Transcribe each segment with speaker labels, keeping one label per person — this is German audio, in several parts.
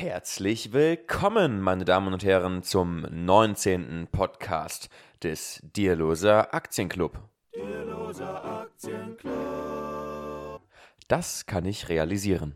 Speaker 1: Herzlich willkommen, meine Damen und Herren, zum 19. Podcast des Dierloser Aktienclub. Dierloser Aktienclub. Das kann ich realisieren.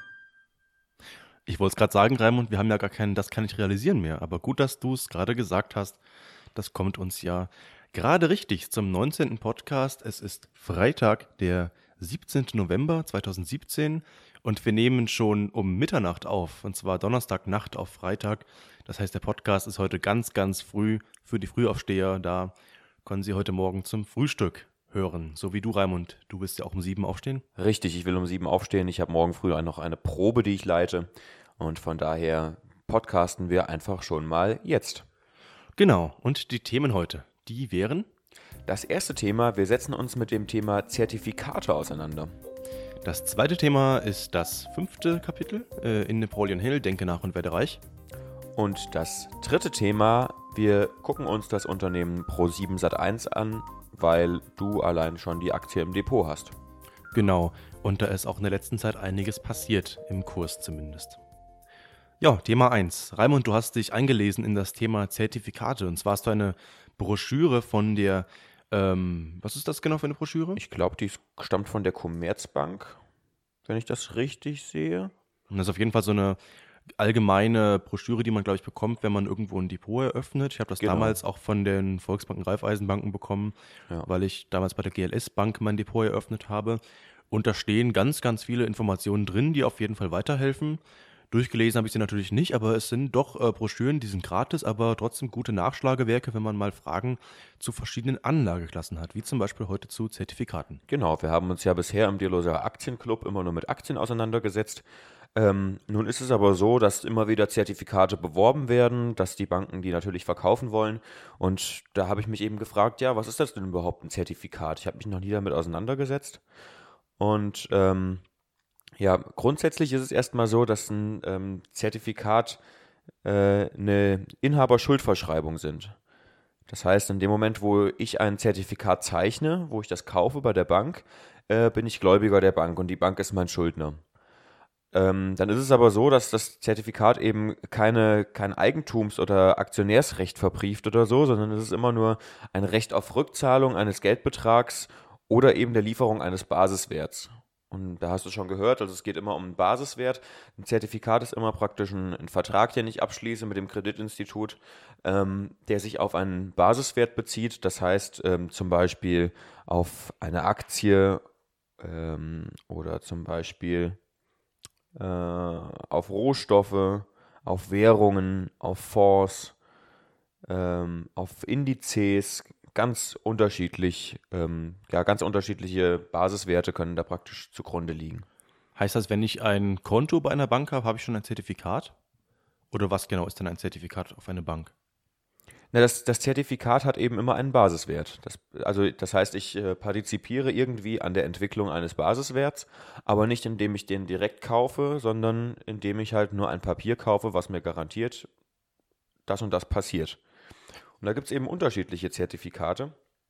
Speaker 2: Ich wollte es gerade sagen, Raimund, wir haben ja gar keinen Das kann ich realisieren mehr. Aber gut, dass du es gerade gesagt hast. Das kommt uns ja gerade richtig zum 19. Podcast. Es ist Freitag, der 17. November 2017 und wir nehmen schon um Mitternacht auf. Und zwar Donnerstagnacht auf Freitag. Das heißt, der Podcast ist heute ganz, ganz früh für die Frühaufsteher. Da können Sie heute Morgen zum Frühstück hören. So wie du, Raimund. Du wirst ja auch um 7 aufstehen.
Speaker 1: Richtig, ich will um 7 aufstehen. Ich habe morgen früh noch eine Probe, die ich leite. Und von daher podcasten wir einfach schon mal jetzt.
Speaker 2: Genau, und die Themen heute, die wären?
Speaker 1: Das erste Thema, wir setzen uns mit dem Thema Zertifikate auseinander.
Speaker 2: Das zweite Thema ist das 5. Kapitel in Napoleon Hill, Denke nach und werde reich.
Speaker 1: Und das dritte Thema, wir gucken uns das Unternehmen Pro7 Sat.1 an, weil du allein schon die Aktie im Depot hast.
Speaker 2: Genau, und da ist auch in der letzten Zeit einiges passiert, im Kurs zumindest. Ja, Thema 1. Raimund, du hast dich eingelesen in das Thema Zertifikate. Und zwar hast du eine Broschüre von der, was ist das genau für eine Broschüre?
Speaker 1: Ich glaube, die stammt von der Commerzbank, wenn ich das richtig sehe.
Speaker 2: Und das ist auf jeden Fall so eine allgemeine Broschüre, die man, glaube ich, bekommt, wenn man irgendwo ein Depot eröffnet. Ich habe das damals auch von den Volksbanken, Raiffeisenbanken bekommen, weil ich damals bei der GLS Bank mein Depot eröffnet habe. Und da stehen ganz, ganz viele Informationen drin, die auf jeden Fall weiterhelfen. Durchgelesen habe ich sie natürlich nicht, aber es sind doch Broschüren, die sind gratis, aber trotzdem gute Nachschlagewerke, wenn man mal Fragen zu verschiedenen Anlageklassen hat, wie zum Beispiel heute zu Zertifikaten.
Speaker 1: Genau, wir haben uns ja bisher im Dierloser Aktienclub immer nur mit Aktien auseinandergesetzt. Nun ist es aber so, dass immer wieder Zertifikate beworben werden, dass die Banken die natürlich verkaufen wollen. Und da habe ich mich eben gefragt, ja, was ist das denn überhaupt ein Zertifikat? Ich habe mich noch nie damit auseinandergesetzt. Und ja, grundsätzlich ist es erstmal so, dass ein Zertifikat eine Inhaberschuldverschreibung sind. Das heißt, in dem Moment, wo ich ein Zertifikat zeichne, wo ich das kaufe bei der Bank, bin ich Gläubiger der Bank und die Bank ist mein Schuldner. Dann ist es aber so, dass das Zertifikat eben kein Eigentums- oder Aktionärsrecht verbrieft oder so, sondern es ist immer nur ein Recht auf Rückzahlung eines Geldbetrags oder eben der Lieferung eines Basiswerts. Und da hast du schon gehört, also es geht immer um einen Basiswert. Ein Zertifikat ist immer praktisch ein Vertrag, den ich abschließe mit dem Kreditinstitut, der sich auf einen Basiswert bezieht. Das heißt zum Beispiel auf eine Aktie oder zum Beispiel auf Rohstoffe, auf Währungen, auf Fonds, auf Indizes, ganz unterschiedliche Basiswerte können da praktisch zugrunde liegen.
Speaker 2: Heißt das, wenn ich ein Konto bei einer Bank habe, habe ich schon ein Zertifikat? Oder was genau ist denn ein Zertifikat auf eine Bank?
Speaker 1: Na, das Zertifikat hat eben immer einen Basiswert. Das heißt, ich partizipiere irgendwie an der Entwicklung eines Basiswerts, aber nicht indem ich den direkt kaufe, sondern indem ich halt nur ein Papier kaufe, was mir garantiert, das und das passiert. Und da gibt es eben unterschiedliche Zertifikate.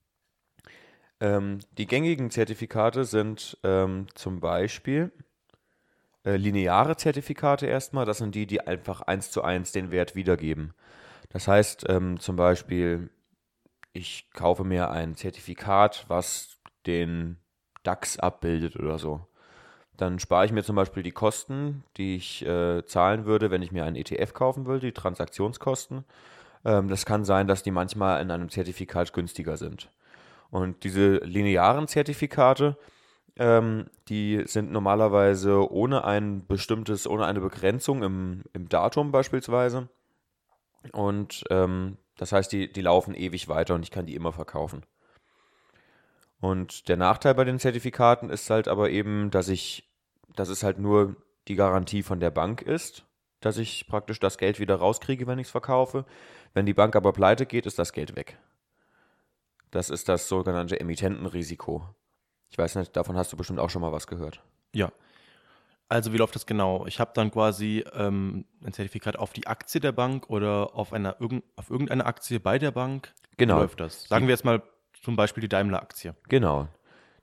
Speaker 1: Die gängigen Zertifikate sind zum Beispiel lineare Zertifikate erstmal. Das sind die einfach 1:1 den Wert wiedergeben. Das heißt zum Beispiel, ich kaufe mir ein Zertifikat, was den DAX abbildet oder so. Dann spare ich mir zum Beispiel die Kosten, die ich zahlen würde, wenn ich mir einen ETF kaufen würde, die Transaktionskosten. Das kann sein, dass die manchmal in einem Zertifikat günstiger sind. Und diese linearen Zertifikate, die sind normalerweise ohne eine Begrenzung im Datum beispielsweise. Und das heißt, die laufen ewig weiter und ich kann die immer verkaufen. Und der Nachteil bei den Zertifikaten ist halt aber eben, dass es halt nur die Garantie von der Bank ist, dass ich praktisch das Geld wieder rauskriege, wenn ich es verkaufe. Wenn die Bank aber pleite geht, ist das Geld weg. Das ist das sogenannte Emittentenrisiko. Ich weiß nicht, davon hast du bestimmt auch schon mal was gehört.
Speaker 2: Ja. Also wie läuft das genau? Ich habe dann quasi ein Zertifikat auf die Aktie der Bank oder auf irgendeine Aktie bei der Bank.
Speaker 1: Genau.
Speaker 2: Wie läuft das? Sagen wir jetzt mal zum Beispiel die Daimler-Aktie.
Speaker 1: Genau.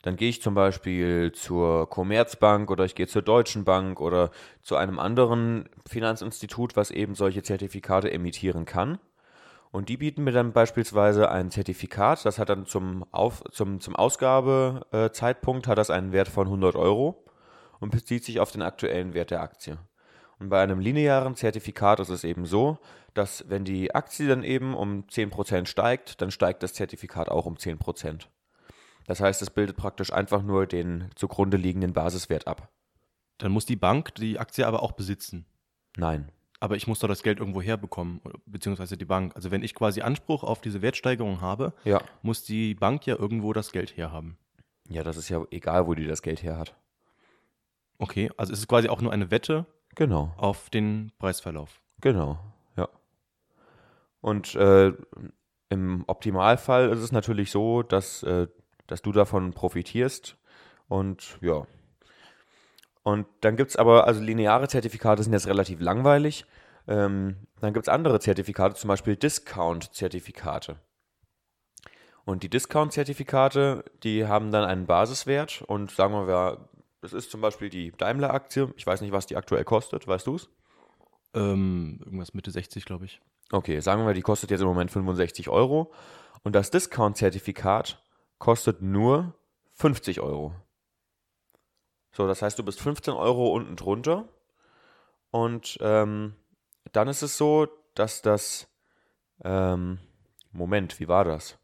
Speaker 1: Dann gehe ich zum Beispiel zur Commerzbank oder ich gehe zur Deutschen Bank oder zu einem anderen Finanzinstitut, was eben solche Zertifikate emittieren kann. Und die bieten mir dann beispielsweise ein Zertifikat, das hat dann zum Ausgabezeitpunkt hat das einen Wert von 100 Euro und bezieht sich auf den aktuellen Wert der Aktie. Und bei einem linearen Zertifikat ist es eben so, dass wenn die Aktie dann eben um 10% steigt, dann steigt das Zertifikat auch um 10%. Das heißt, es bildet praktisch einfach nur den zugrunde liegenden Basiswert ab.
Speaker 2: Dann muss die Bank die Aktie aber auch besitzen.
Speaker 1: Nein.
Speaker 2: Aber ich muss doch das Geld irgendwo herbekommen, beziehungsweise die Bank. Also wenn ich quasi Anspruch auf diese Wertsteigerung habe,
Speaker 1: Ja.
Speaker 2: muss die Bank ja irgendwo das Geld herhaben.
Speaker 1: Ja, das ist ja egal, wo die das Geld her hat.
Speaker 2: Okay, also es ist quasi auch nur eine Wette
Speaker 1: Genau.
Speaker 2: auf den Preisverlauf.
Speaker 1: Genau, ja. Und im Optimalfall ist es natürlich so, dass du davon profitierst. Und ja. Und dann gibt es aber, also lineare Zertifikate sind jetzt relativ langweilig. Dann gibt es andere Zertifikate, zum Beispiel Discount-Zertifikate. Und die Discount-Zertifikate, die haben dann einen Basiswert und sagen wir, das ist zum Beispiel die Daimler-Aktie. Ich weiß nicht, was die aktuell kostet, weißt du es?
Speaker 2: Irgendwas Mitte 60, glaube ich.
Speaker 1: Okay, sagen wir, die kostet jetzt im Moment 65 Euro und das Discount-Zertifikat kostet nur 50 Euro. So, das heißt, du bist 15 Euro unten drunter und dann ist es so, dass das, Moment, wie war das?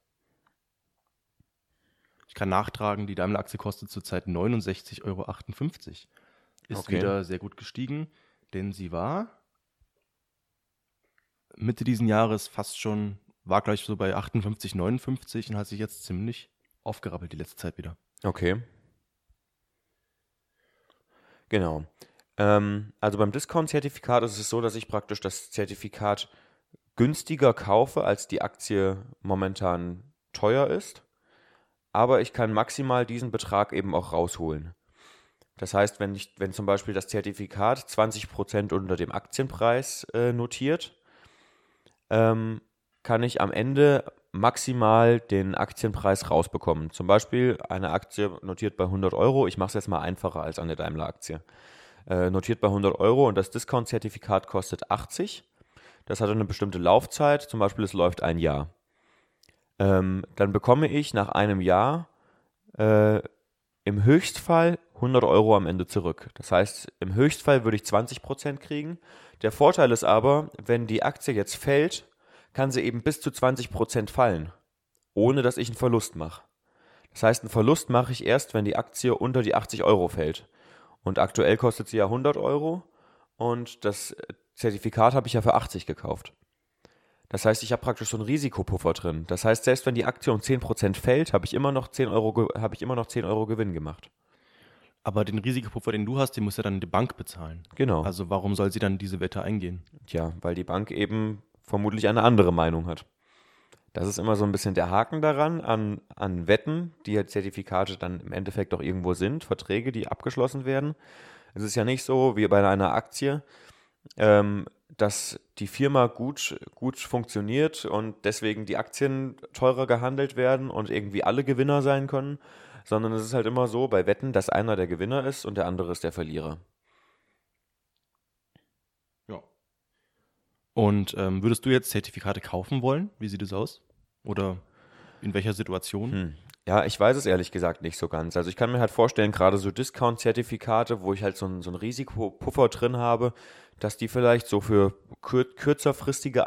Speaker 2: Ich kann nachtragen, die Daimler-Aktie kostet zurzeit 69,58 Euro. Ist
Speaker 1: Okay.
Speaker 2: wieder sehr gut gestiegen, denn sie war Mitte diesen Jahres fast schon, war gleich so bei 58, 59 und hat sich jetzt ziemlich aufgerappelt die letzte Zeit wieder.
Speaker 1: Okay. Genau. Also beim Discount-Zertifikat ist es so, dass ich praktisch das Zertifikat günstiger kaufe, als die Aktie momentan teuer ist. Aber ich kann maximal diesen Betrag eben auch rausholen. Das heißt, wenn zum Beispiel das Zertifikat 20% unter dem Aktienpreis notiert, kann ich am Ende maximal den Aktienpreis rausbekommen. Zum Beispiel eine Aktie notiert bei 100 Euro. Ich mache es jetzt mal einfacher als an der Daimler-Aktie. Notiert bei 100 Euro und das Discount-Zertifikat kostet 80. Das hat eine bestimmte Laufzeit, zum Beispiel es läuft ein Jahr. Dann bekomme ich nach einem Jahr im Höchstfall 100 Euro am Ende zurück. Das heißt, im Höchstfall würde ich 20% kriegen. Der Vorteil ist aber, wenn die Aktie jetzt fällt, kann sie eben bis zu 20% fallen, ohne dass ich einen Verlust mache. Das heißt, einen Verlust mache ich erst, wenn die Aktie unter die 80 Euro fällt. Und aktuell kostet sie ja 100 Euro und das Zertifikat habe ich ja für 80 gekauft. Das heißt, ich habe praktisch so einen Risikopuffer drin. Das heißt, selbst wenn die Aktie um 10% fällt, habe ich immer noch 10 Euro Gewinn gemacht.
Speaker 2: Aber den Risikopuffer, den du hast, den muss ja dann die Bank bezahlen.
Speaker 1: Genau.
Speaker 2: Also warum soll sie dann diese Wette eingehen?
Speaker 1: Tja, weil die Bank eben vermutlich eine andere Meinung hat. Das ist immer so ein bisschen der Haken daran, an Wetten, die ja Zertifikate dann im Endeffekt auch irgendwo sind, Verträge, die abgeschlossen werden. Es ist ja nicht so wie bei einer Aktie, dass die Firma gut funktioniert und deswegen die Aktien teurer gehandelt werden und irgendwie alle Gewinner sein können, sondern es ist halt immer so bei Wetten, dass einer der Gewinner ist und der andere ist der Verlierer.
Speaker 2: Ja. Und würdest du jetzt Zertifikate kaufen wollen? Wie sieht es aus? Oder in welcher Situation?
Speaker 1: Ja, ich weiß es ehrlich gesagt nicht so ganz. Also ich kann mir halt vorstellen, gerade so Discount-Zertifikate, wo ich halt so einen Risikopuffer drin habe, dass die vielleicht so für kürzerfristige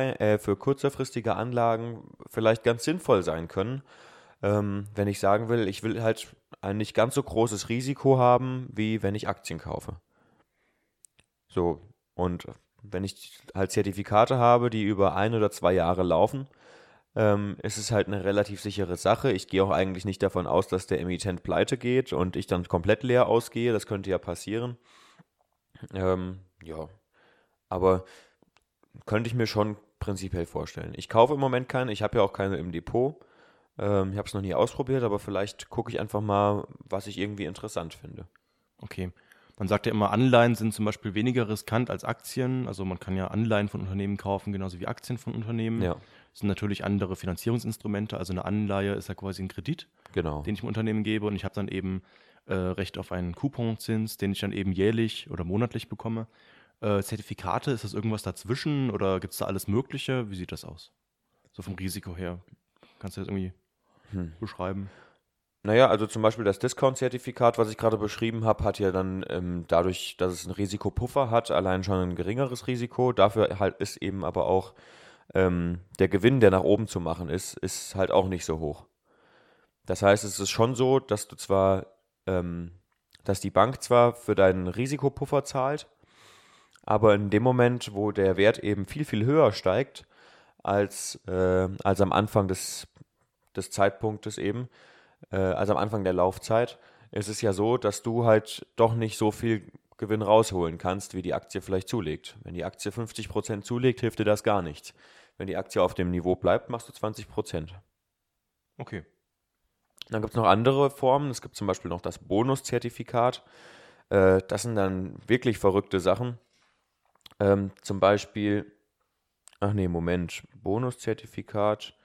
Speaker 1: Anlagen vielleicht ganz sinnvoll sein können. Wenn ich sagen will, ich will halt ein nicht ganz so großes Risiko haben, wie wenn ich Aktien kaufe. So, und wenn ich halt Zertifikate habe, die über 1 oder 2 Jahre laufen, ist es halt eine relativ sichere Sache. Ich gehe auch eigentlich nicht davon aus, dass der Emittent pleite geht und ich dann komplett leer ausgehe. Das könnte ja passieren. Ja, aber könnte ich mir schon prinzipiell vorstellen. Ich kaufe im Moment keine, ich habe ja auch keine im Depot. Ich habe es noch nie ausprobiert, aber vielleicht gucke ich einfach mal, was ich irgendwie interessant finde.
Speaker 2: Okay. Man sagt ja immer, Anleihen sind zum Beispiel weniger riskant als Aktien. Also man kann ja Anleihen von Unternehmen kaufen, genauso wie Aktien von Unternehmen.
Speaker 1: Ja,
Speaker 2: Das sind natürlich andere Finanzierungsinstrumente. Also eine Anleihe ist ja quasi ein Kredit,
Speaker 1: genau.
Speaker 2: den ich dem Unternehmen gebe. Und ich habe dann eben Recht auf einen Couponzins, den ich dann eben jährlich oder monatlich bekomme. Zertifikate, ist das irgendwas dazwischen oder gibt es da alles Mögliche? Wie sieht das aus? So vom Risiko her. Kannst du das irgendwie beschreiben?
Speaker 1: Naja, also zum Beispiel das Discount-Zertifikat, was ich gerade beschrieben habe, hat ja dann dadurch, dass es einen Risikopuffer hat, allein schon ein geringeres Risiko. Dafür halt ist eben aber auch der Gewinn, der nach oben zu machen ist halt auch nicht so hoch. Das heißt, es ist schon so, dass du zwar, dass die Bank zwar für deinen Risikopuffer zahlt, aber in dem Moment, wo der Wert eben viel, viel höher steigt als am Anfang des Zeitpunktes eben, also am Anfang der Laufzeit, ist es ja so, dass du halt doch nicht so viel Gewinn rausholen kannst, wie die Aktie vielleicht zulegt. Wenn die Aktie 50% zulegt, hilft dir das gar nichts. Wenn die Aktie auf dem Niveau bleibt, machst du 20%.
Speaker 2: Okay.
Speaker 1: Dann gibt es noch andere Formen. Es gibt zum Beispiel noch das Bonuszertifikat. Das sind dann wirklich verrückte Sachen. Zum Beispiel, ach nee, Moment, Bonuszertifikat.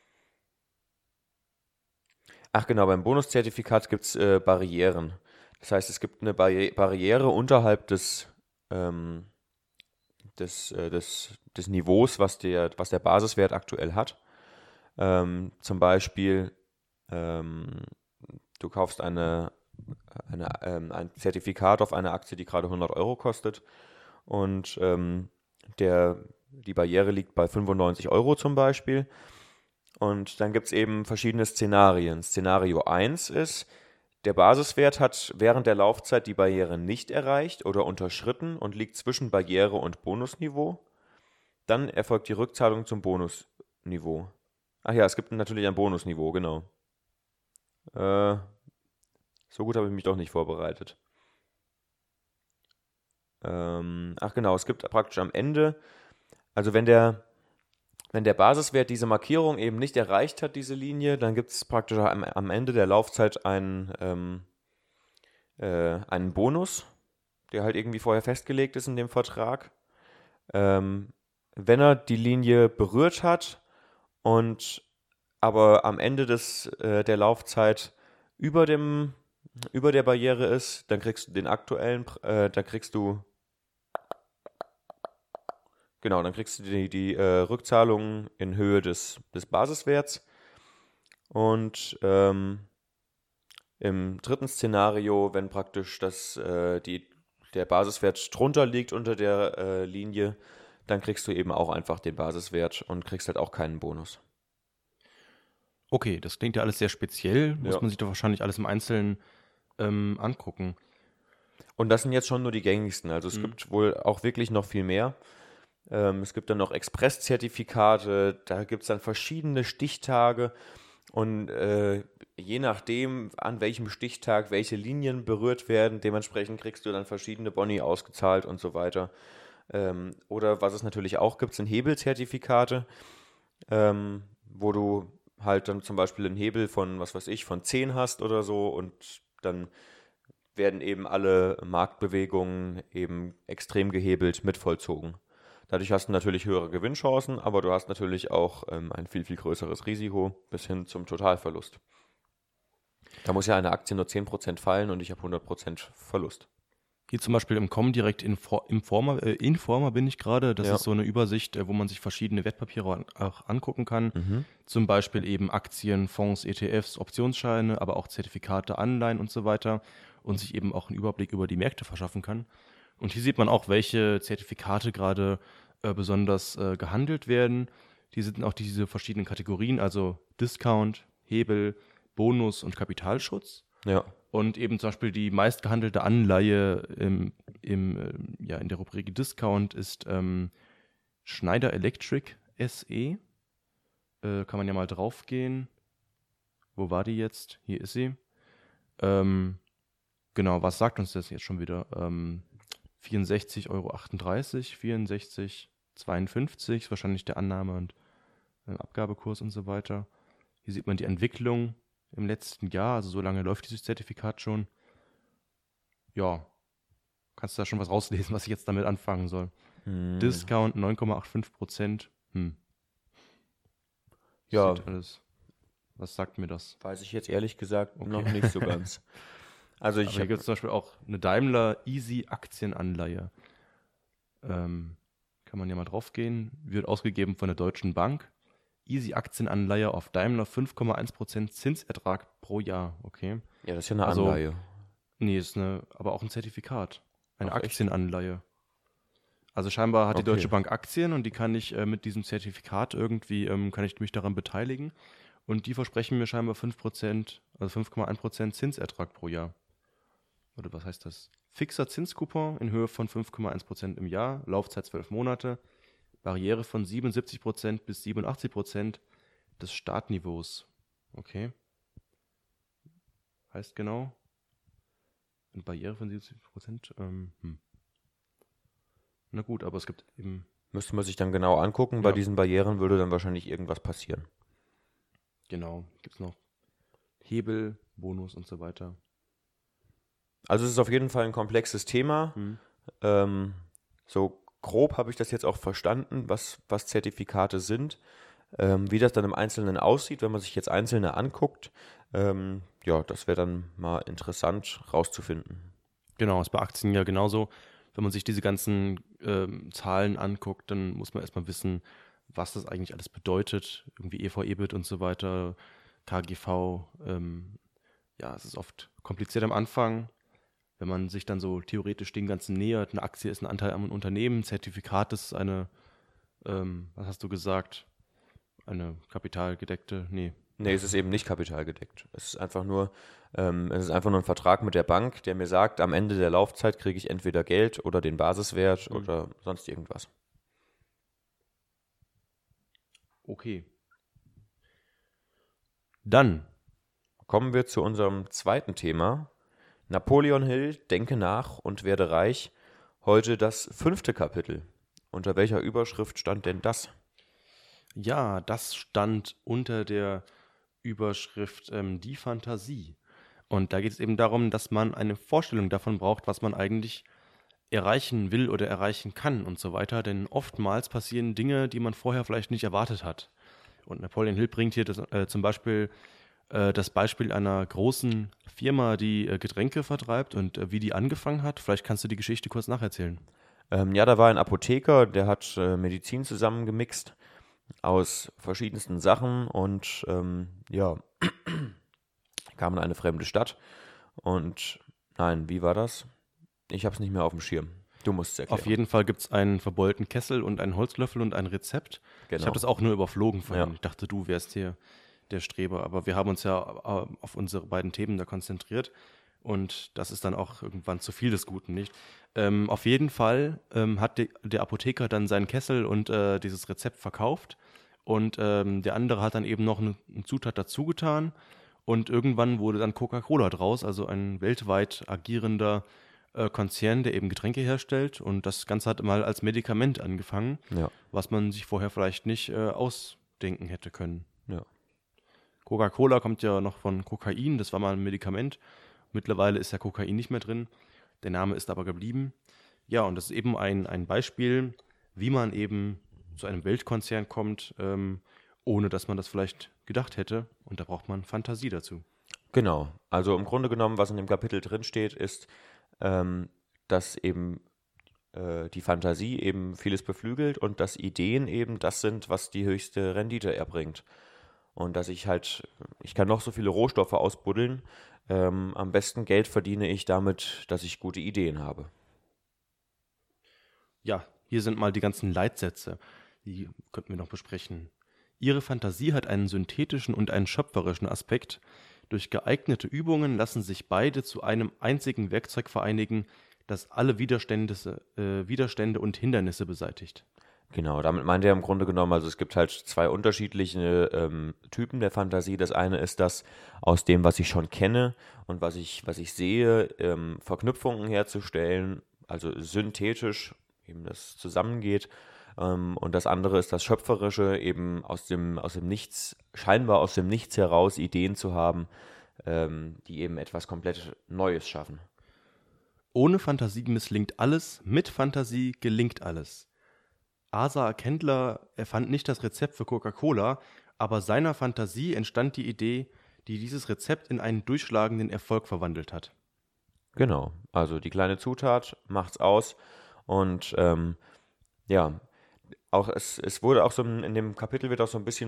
Speaker 1: Ach genau, beim Bonuszertifikat gibt es Barrieren. Das heißt, es gibt eine Barriere unterhalb ähm, des Niveaus, was der Basiswert aktuell hat. Zum Beispiel, ähm, du kaufst ein Zertifikat auf eine Aktie, die gerade 100 Euro kostet und die Barriere liegt bei 95 Euro zum Beispiel. Und dann gibt es eben verschiedene Szenarien. Szenario 1 ist, der Basiswert hat während der Laufzeit die Barriere nicht erreicht oder unterschritten und liegt zwischen Barriere und Bonusniveau. Dann erfolgt die Rückzahlung zum Bonusniveau. Ach ja, es gibt natürlich ein Bonusniveau, genau. Äh, so gut habe ich mich doch nicht vorbereitet. Ach genau, es gibt praktisch am Ende, also wenn der Basiswert diese Markierung eben nicht erreicht hat, diese Linie, dann gibt es praktisch am Ende der Laufzeit einen Bonus, der halt irgendwie vorher festgelegt ist in dem Vertrag. Ähm, wenn er die Linie berührt hat und aber am Ende der Laufzeit über über der Barriere ist, dann kriegst du dann kriegst du die Rückzahlung in Höhe des Basiswerts. Und im dritten Szenario, wenn praktisch der Basiswert drunter liegt unter der Linie, dann kriegst du eben auch einfach den Basiswert und kriegst halt auch keinen Bonus.
Speaker 2: Okay, das klingt ja alles sehr speziell. Muss
Speaker 1: Ja.
Speaker 2: man sich doch wahrscheinlich alles im Einzelnen angucken.
Speaker 1: Und das sind jetzt schon nur die gängigsten. Also es gibt wohl auch wirklich noch viel mehr. Es gibt dann noch Express-Zertifikate, da gibt es dann verschiedene Stichtage und je nachdem, an welchem Stichtag welche Linien berührt werden, dementsprechend kriegst du dann verschiedene Boni ausgezahlt und so weiter. Oder was es natürlich auch gibt, sind Hebelzertifikate, wo du halt dann zum Beispiel einen Hebel von, was weiß ich, von 10 hast oder so und dann werden eben alle Marktbewegungen eben extrem gehebelt mit vollzogen. Dadurch hast du natürlich höhere Gewinnchancen, aber du hast natürlich auch ein viel, viel größeres Risiko bis hin zum Totalverlust. Da muss ja eine Aktie nur 10% fallen und ich habe 100% Verlust.
Speaker 2: Hier zum Beispiel im Comdirect Informa bin ich gerade. Das
Speaker 1: Ja.
Speaker 2: ist so eine Übersicht, wo man sich verschiedene Wertpapiere auch angucken kann. Zum Beispiel eben Aktien, Fonds, ETFs, Optionsscheine, aber auch Zertifikate, Anleihen und so weiter. Und sich eben auch einen Überblick über die Märkte verschaffen kann. Und hier sieht man auch, welche Zertifikate gerade besonders gehandelt werden. Die sind auch diese verschiedenen Kategorien, also Discount, Hebel, Bonus und Kapitalschutz.
Speaker 1: Ja.
Speaker 2: Und eben zum Beispiel die meistgehandelte Anleihe in der Rubrik Discount ist Schneider Electric SE. Kann man ja mal draufgehen. Wo war die jetzt? Hier ist sie. Genau, was sagt uns das jetzt schon wieder? 64,38 Euro, 64,52 ist wahrscheinlich der Annahme- und Abgabekurs und so weiter. Hier sieht man die Entwicklung im letzten Jahr, also so lange läuft dieses Zertifikat schon. Ja, Kannst du da schon was rauslesen, was ich jetzt damit anfangen soll?
Speaker 1: Hm,
Speaker 2: Discount 9,85%.
Speaker 1: ja,
Speaker 2: Steht alles. Was sagt mir das?
Speaker 1: weiß ich jetzt ehrlich gesagt
Speaker 2: Okay.
Speaker 1: noch nicht so ganz. Also
Speaker 2: Aber hier gibt es zum Beispiel auch eine Daimler Easy Aktienanleihe. Kann man ja mal drauf gehen. Wird ausgegeben von der Deutschen Bank. Easy Aktienanleihe auf Daimler 5,1% Zinsertrag pro Jahr. Okay.
Speaker 1: ja, das ist ja eine
Speaker 2: Also,
Speaker 1: Anleihe.
Speaker 2: nee, ist aber auch ein Zertifikat. Eine
Speaker 1: Ach, echt?
Speaker 2: Aktienanleihe. Also scheinbar hat die
Speaker 1: Okay.
Speaker 2: Deutsche Bank Aktien und die kann ich mit diesem Zertifikat irgendwie, kann ich mich daran beteiligen. Und die versprechen mir scheinbar 5%, also 5,1% Zinsertrag pro Jahr. Oder was heißt das? Fixer Zinscoupon in Höhe von 5,1% im Jahr, Laufzeit 12 Monate, Barriere von 77% bis 87% des Startniveaus. Okay. Heißt genau? Eine Barriere von 77%? Na gut, aber es gibt eben,
Speaker 1: Müsste man sich dann genau angucken. Bei
Speaker 2: ja,
Speaker 1: diesen Barrieren würde dann wahrscheinlich irgendwas passieren.
Speaker 2: genau, gibt es noch Hebel, Bonus und so weiter.
Speaker 1: Also es ist auf jeden Fall ein komplexes Thema.
Speaker 2: Hm.
Speaker 1: So grob habe ich das jetzt auch verstanden, was Zertifikate sind. Wie das dann im Einzelnen aussieht, wenn man sich jetzt einzelne anguckt, ja, das wäre dann mal interessant rauszufinden.
Speaker 2: Genau, ist bei Aktien ja genauso. Wenn man sich diese ganzen Zahlen anguckt, dann muss man erstmal wissen, was das eigentlich alles bedeutet. Irgendwie EV, EBIT und so weiter, KGV. Ja, es ist oft kompliziert am Anfang. Wenn man sich dann so theoretisch dem Ganzen nähert, eine Aktie ist ein Anteil am Unternehmen, Zertifikat ist eine, was hast du gesagt? Eine kapitalgedeckte, nee.
Speaker 1: Nee, es ist eben nicht kapitalgedeckt. Es ist einfach nur ein Vertrag mit der Bank, der mir sagt, am Ende der Laufzeit kriege ich entweder Geld oder den Basiswert
Speaker 2: Hm.
Speaker 1: oder sonst irgendwas.
Speaker 2: Okay. Dann,
Speaker 1: Kommen wir zu unserem zweiten Thema. Napoleon Hill, Denke nach und werde reich. Heute das 5. Kapitel. Unter welcher Überschrift stand denn das?
Speaker 2: ja, das stand unter der Überschrift Die Fantasie. Und da geht es eben darum, dass man eine Vorstellung davon braucht, was man eigentlich erreichen will oder erreichen kann und so weiter. Denn oftmals passieren Dinge, die man vorher vielleicht nicht erwartet hat. Und Napoleon Hill bringt hier zum Beispiel das Beispiel einer großen Firma, die Getränke vertreibt und wie die angefangen hat. Vielleicht kannst du die Geschichte kurz nacherzählen.
Speaker 1: Ja, da war ein Apotheker, der hat Medizin zusammengemixt aus verschiedensten Sachen und ja, kam in eine fremde Stadt und nein, wie war das? Ich habe es nicht mehr auf dem Schirm. Du musst es erklären.
Speaker 2: Auf jeden Fall gibt es einen verbeulten Kessel und einen Holzlöffel und ein Rezept. Ich
Speaker 1: Genau.
Speaker 2: habe das auch nur überflogen vorhin.
Speaker 1: Ja.
Speaker 2: Ich dachte, du wärst hier der Streber. Aber wir haben uns ja auf unsere beiden Themen da konzentriert. Und das ist dann auch irgendwann zu viel des Guten, nicht? Auf jeden Fall hat der Apotheker dann seinen Kessel und dieses Rezept verkauft. Und der andere hat dann eben noch eine Zutat dazu getan. Und irgendwann wurde dann Coca-Cola draus, also ein weltweit agierender Konzern, der eben Getränke herstellt. Und das Ganze hat mal als Medikament angefangen,
Speaker 1: Ja,
Speaker 2: was man sich vorher vielleicht nicht ausdenken hätte können.
Speaker 1: ja.
Speaker 2: Coca-Cola kommt ja noch von Kokain, das war mal ein Medikament. Mittlerweile ist ja Kokain nicht mehr drin. Der Name ist aber geblieben. Ja, und das ist eben ein Beispiel, wie man eben zu einem Weltkonzern kommt, ohne dass man das vielleicht gedacht hätte. Und da braucht man Fantasie dazu.
Speaker 1: Genau. Also im Grunde genommen, was in dem Kapitel drin steht, ist, dass eben die Fantasie eben vieles beflügelt und dass Ideen eben das sind, was die höchste Rendite erbringt. Und dass ich kann noch so viele Rohstoffe ausbuddeln, am besten Geld verdiene ich damit, dass ich gute Ideen habe.
Speaker 2: Ja, hier sind mal die ganzen Leitsätze. Die könnten wir noch besprechen. Ihre Fantasie hat einen synthetischen und einen schöpferischen Aspekt. Durch geeignete Übungen lassen sich beide zu einem einzigen Werkzeug vereinigen, das alle Widerstände und Hindernisse beseitigt.
Speaker 1: Genau, damit meint er im Grunde genommen, also es gibt halt zwei unterschiedliche Typen der Fantasie. Das eine ist das aus dem, was ich schon kenne und was ich sehe, Verknüpfungen herzustellen, also synthetisch eben das zusammengeht. Und das andere ist das Schöpferische, eben aus dem Nichts, scheinbar aus dem Nichts heraus Ideen zu haben, die eben etwas komplett Neues schaffen.
Speaker 2: Ohne Fantasie misslingt alles, mit Fantasie gelingt alles. Asa Kendler erfand nicht das Rezept für Coca-Cola, aber seiner Fantasie entstand die Idee, die dieses Rezept in einen durchschlagenden Erfolg verwandelt hat.
Speaker 1: Genau, also die kleine Zutat macht's aus und ja, auch es wurde auch so in dem Kapitel wird auch so ein bisschen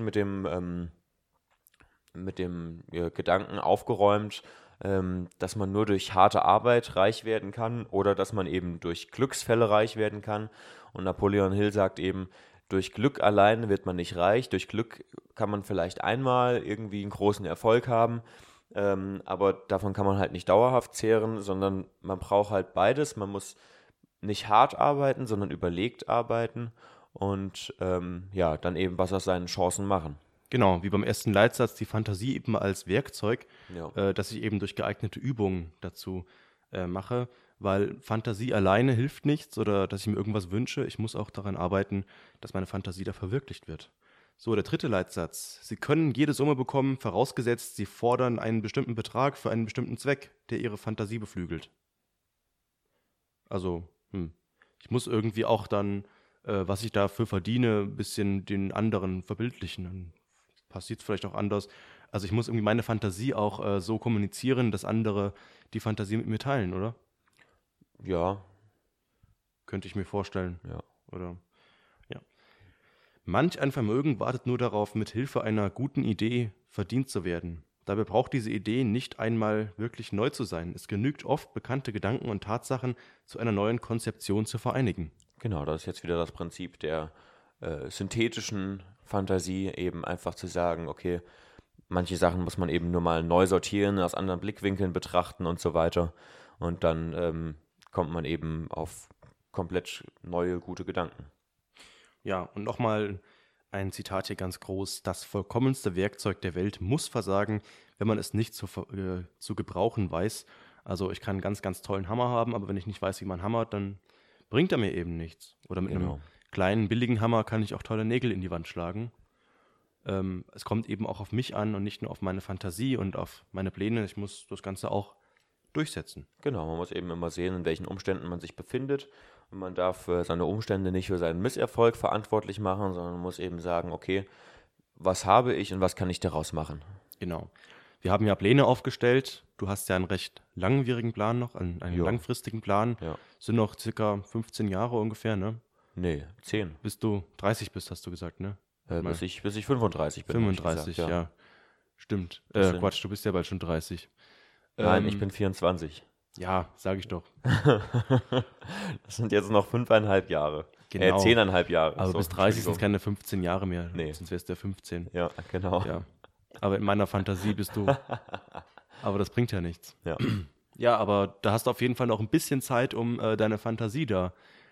Speaker 1: mit dem Gedanken aufgeräumt, dass man nur durch harte Arbeit reich werden kann oder dass man eben durch Glücksfälle reich werden kann. Und Napoleon Hill sagt eben, durch Glück alleine wird man nicht reich, durch Glück kann man vielleicht einmal irgendwie einen großen Erfolg haben, aber davon kann man halt nicht dauerhaft zehren, sondern man braucht halt beides. Man muss nicht hart arbeiten, sondern überlegt arbeiten und ja, dann eben was aus seinen Chancen machen.
Speaker 2: Genau, wie beim ersten Leitsatz, die Fantasie eben als Werkzeug,
Speaker 1: Ja.
Speaker 2: das ich eben durch geeignete Übungen dazu mache, weil Fantasie alleine hilft nichts oder dass ich mir irgendwas wünsche. Ich muss auch daran arbeiten, dass meine Fantasie da verwirklicht wird. So, der dritte Leitsatz. Sie können jede Summe bekommen, vorausgesetzt, Sie fordern einen bestimmten Betrag für einen bestimmten Zweck, der Ihre Fantasie beflügelt. Also, ich muss irgendwie auch dann, was ich dafür verdiene, ein bisschen den anderen verbildlichen. Dann passiert es vielleicht auch anders. Also ich muss irgendwie meine Fantasie auch so kommunizieren, dass andere die Fantasie mit mir teilen, oder?
Speaker 1: Ja,
Speaker 2: Könnte ich mir vorstellen.
Speaker 1: ja.
Speaker 2: Oder ja. Manch ein Vermögen wartet nur darauf, mit Hilfe einer guten Idee verdient zu werden. Dabei braucht diese Idee nicht einmal wirklich neu zu sein. Es genügt oft, bekannte Gedanken und Tatsachen zu einer neuen Konzeption zu vereinigen.
Speaker 1: Genau, das ist jetzt wieder das Prinzip der synthetischen Fantasie, eben einfach zu sagen, okay, manche Sachen muss man eben nur mal neu sortieren, aus anderen Blickwinkeln betrachten und so weiter. Und dann kommt man eben auf komplett neue, gute Gedanken.
Speaker 2: Ja, und nochmal ein Zitat hier ganz groß. Das vollkommenste Werkzeug der Welt muss versagen, wenn man es nicht zu gebrauchen weiß. Also ich kann einen ganz, ganz tollen Hammer haben, aber wenn ich nicht weiß, wie man hammert, dann bringt er mir eben nichts. Oder mit einem
Speaker 1: Genau.
Speaker 2: kleinen, billigen Hammer kann ich auch tolle Nägel in die Wand schlagen. Es kommt eben auch auf mich an und nicht nur auf meine Fantasie und auf meine Pläne. Ich muss das Ganze auch durchsetzen.
Speaker 1: Genau, man muss eben immer sehen, in welchen Umständen man sich befindet. Und man darf seine Umstände nicht für seinen Misserfolg verantwortlich machen, sondern man muss eben sagen, okay, was habe ich und was kann ich daraus machen?
Speaker 2: Genau. Wir haben ja Pläne aufgestellt. Du hast ja einen recht langwierigen Plan noch, einen
Speaker 1: Ja.
Speaker 2: langfristigen Plan.
Speaker 1: Ja.
Speaker 2: Sind noch circa 15 Jahre ungefähr, ne?
Speaker 1: Nee, 10.
Speaker 2: Bis du 30 bist, hast du gesagt, ne? Mal
Speaker 1: Bis ich 35 bin. hab ich
Speaker 2: 35,
Speaker 1: gesagt,
Speaker 2: ja. Stimmt.
Speaker 1: Das sind-
Speaker 2: Quatsch, du bist ja bald schon 30.
Speaker 1: Nein, ich bin 24.
Speaker 2: Ja, sage ich doch.
Speaker 1: Das sind jetzt noch 5,5 Jahre.
Speaker 2: Genau.
Speaker 1: 10,5 Jahre.
Speaker 2: Aber
Speaker 1: So,
Speaker 2: bis 30 sind es
Speaker 1: Entschuldigung.
Speaker 2: keine 15 Jahre mehr.
Speaker 1: Nee.
Speaker 2: Sonst wärst du ja 15.
Speaker 1: Ja, genau.
Speaker 2: Ja. Aber in meiner Fantasie bist du. Aber das bringt ja nichts.
Speaker 1: Ja.
Speaker 2: Ja, aber da hast du auf jeden Fall noch ein bisschen Zeit, um deine Fantasie da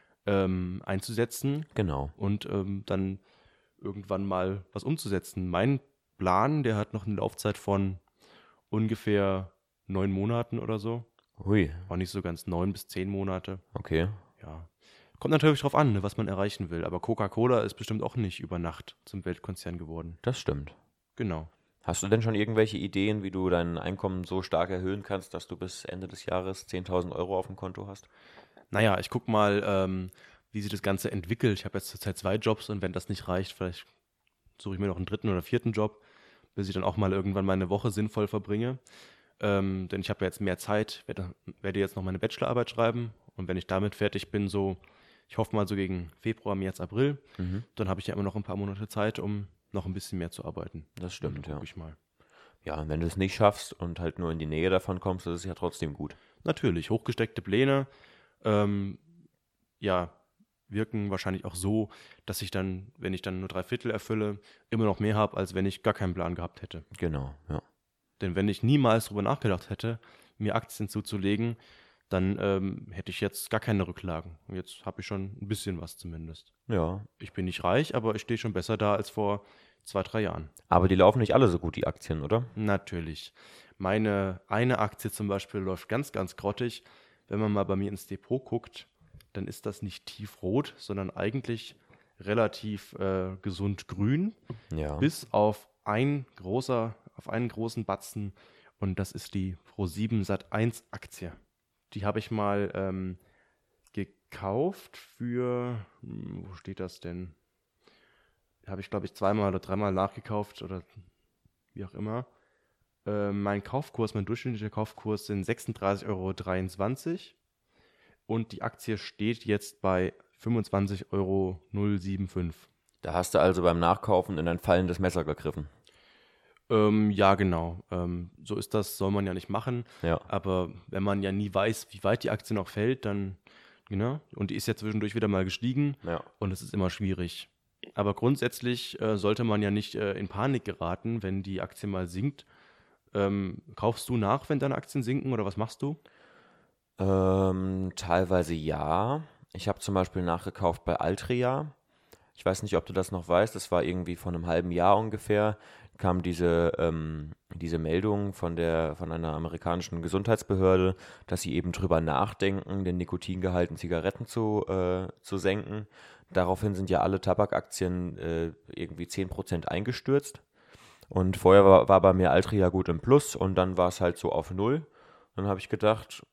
Speaker 2: einzusetzen
Speaker 1: Genau.
Speaker 2: und dann irgendwann mal was umzusetzen. Mein Plan, der hat noch eine Laufzeit von ungefähr 9 Monaten oder so.
Speaker 1: Hui,
Speaker 2: Auch nicht so ganz 9 bis 10 Monate.
Speaker 1: okay.
Speaker 2: Ja. Kommt natürlich drauf an, ne, was man erreichen will. Aber Coca-Cola ist bestimmt auch nicht über Nacht zum Weltkonzern geworden.
Speaker 1: Das stimmt.
Speaker 2: Genau.
Speaker 1: Hast du denn schon irgendwelche Ideen, wie du dein Einkommen so stark erhöhen kannst, dass du bis Ende des Jahres 10.000 Euro auf dem Konto hast?
Speaker 2: Naja, ich guck mal, wie sich das Ganze entwickelt. Ich habe jetzt zurzeit 2 Jobs und wenn das nicht reicht, vielleicht suche ich mir noch einen 3. oder 4. Job, bis ich dann auch mal irgendwann meine Woche sinnvoll verbringe. Denn ich habe ja jetzt mehr Zeit, werde jetzt noch meine Bachelorarbeit schreiben und wenn ich damit fertig bin, so, ich hoffe mal so gegen Februar, März, April, dann habe ich ja immer noch ein paar Monate Zeit, um noch ein bisschen mehr zu arbeiten.
Speaker 1: Das stimmt, ja.
Speaker 2: Guck ich mal.
Speaker 1: Ja, und wenn du es nicht schaffst und halt nur in die Nähe davon kommst, ist es ja trotzdem gut.
Speaker 2: Natürlich, hochgesteckte Pläne, ja, wirken wahrscheinlich auch so, dass ich dann, wenn ich dann nur 3/4 erfülle, immer noch mehr habe, als wenn ich gar keinen Plan gehabt hätte.
Speaker 1: Genau, ja.
Speaker 2: Denn wenn ich niemals darüber nachgedacht hätte, mir Aktien zuzulegen, dann hätte ich jetzt gar keine Rücklagen. Und jetzt habe ich schon ein bisschen was zumindest.
Speaker 1: Ja,
Speaker 2: Ich bin nicht reich, aber ich stehe schon besser da als vor 2, 3 Jahren.
Speaker 1: aber die laufen nicht alle so gut, die Aktien, oder?
Speaker 2: Natürlich. Meine eine Aktie zum Beispiel läuft ganz, ganz grottig. Wenn man mal bei mir ins Depot guckt, dann ist das nicht tiefrot, sondern eigentlich relativ gesund grün,
Speaker 1: Ja.
Speaker 2: bis auf einen großen Batzen und das ist die Pro7 Sat.1 Aktie. Die habe ich mal gekauft für, wo steht das denn? Habe ich, glaube ich, zweimal oder dreimal nachgekauft oder wie auch immer. Mein durchschnittlicher Kaufkurs sind 36,23 € und die Aktie steht jetzt bei 25,075 €.
Speaker 1: Da hast du also beim Nachkaufen in ein fallendes Messer gegriffen.
Speaker 2: Ja, genau. So ist das, soll man ja nicht machen.
Speaker 1: Ja.
Speaker 2: Aber wenn man ja nie weiß, wie weit die Aktie noch fällt, dann, genau. Und die ist ja zwischendurch wieder mal gestiegen
Speaker 1: Ja.
Speaker 2: und es ist immer schwierig. Aber grundsätzlich sollte man ja nicht in Panik geraten, wenn die Aktie mal sinkt. Kaufst du nach, wenn deine Aktien sinken oder was machst du?
Speaker 1: Teilweise ja. Ich habe zum Beispiel nachgekauft bei Altria. Ich weiß nicht, ob du das noch weißt. Das war irgendwie vor einem halben Jahr ungefähr. Kam diese Meldung von einer amerikanischen Gesundheitsbehörde, dass sie eben drüber nachdenken, den Nikotingehalt in Zigaretten zu senken. Daraufhin sind ja alle Tabakaktien irgendwie 10% eingestürzt. Und vorher war bei mir Altria gut im Plus und dann war es halt so auf Null. Dann habe ich gedacht,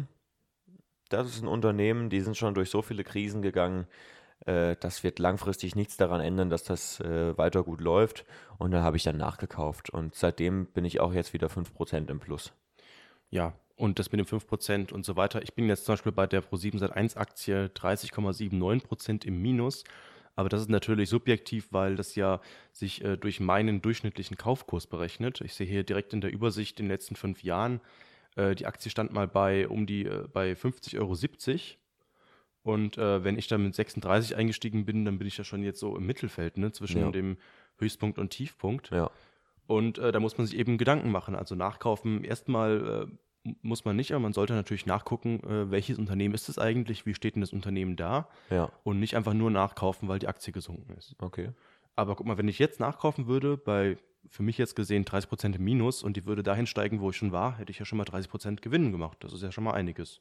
Speaker 1: das ist ein Unternehmen, die sind schon durch so viele Krisen gegangen, das wird langfristig nichts daran ändern, dass das weiter gut läuft. Und dann habe ich dann nachgekauft. Und seitdem bin ich auch jetzt wieder 5% im Plus.
Speaker 2: Ja, und das mit den 5% und so weiter. Ich bin jetzt zum Beispiel bei der Pro7 Sat.1 Aktie 30,79% im Minus. Aber das ist natürlich subjektiv, weil das ja sich durch meinen durchschnittlichen Kaufkurs berechnet. Ich sehe hier direkt in der Übersicht in den letzten 5 Jahren, die Aktie stand mal bei bei 50,70 € und wenn ich dann mit 36 eingestiegen bin, dann bin ich ja schon jetzt so im Mittelfeld, ne, zwischen
Speaker 1: Ja.
Speaker 2: dem Höchstpunkt und Tiefpunkt.
Speaker 1: Ja.
Speaker 2: Und da muss man sich eben Gedanken machen. Also nachkaufen, erstmal muss man nicht, aber man sollte natürlich nachgucken, welches Unternehmen ist es eigentlich, wie steht denn das Unternehmen da
Speaker 1: Ja.
Speaker 2: und nicht einfach nur nachkaufen, weil die Aktie gesunken ist.
Speaker 1: Okay.
Speaker 2: Aber guck mal, wenn ich jetzt nachkaufen würde, bei für mich jetzt gesehen 30% im Minus und die würde dahin steigen, wo ich schon war, hätte ich ja schon mal 30% Gewinn gemacht. Das ist ja schon mal einiges.